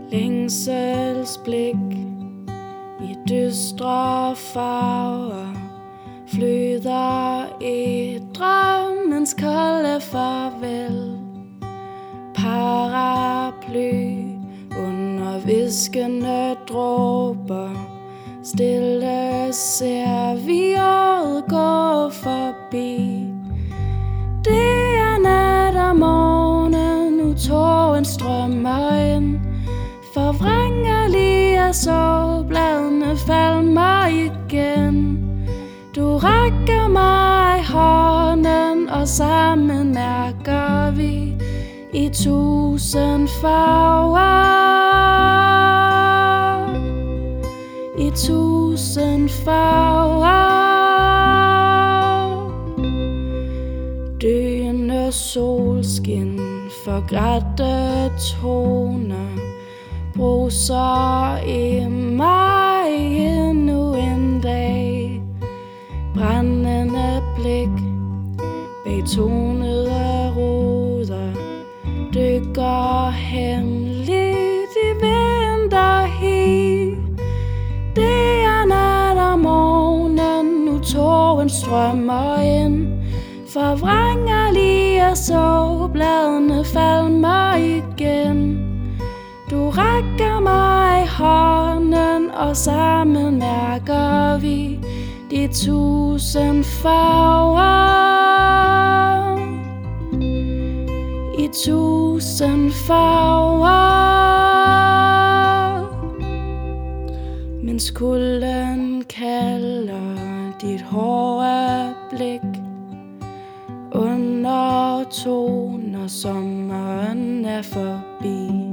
Længselsblik i dystre farver flyder i drømmens kolde farvel. Paraply under viskende dråber, stille ser vi året gå forbi. Det er nat og morgen, nu tågen strømmer ind. Forvrænger lige af sovbladene falmer igen. Du rækker mig hånden, og sammen mærker vi i 1000 farver. I 1000 farver. Døende solskin, forgrætte toner, bruser i mig endnu en dag. Brændende blik bag tonede ruder, dykker hemmeligt i vinterhi. Det er nat og morgen, nu tågen strømmer ind. Forvrænger lige af sovbladene falmer igen. Du rækker mig hånden, og sammen mærker vi de 1000 farver. I 1000 farver. Mens kulden kalder dit hårde blik, under toner sommeren er forbi.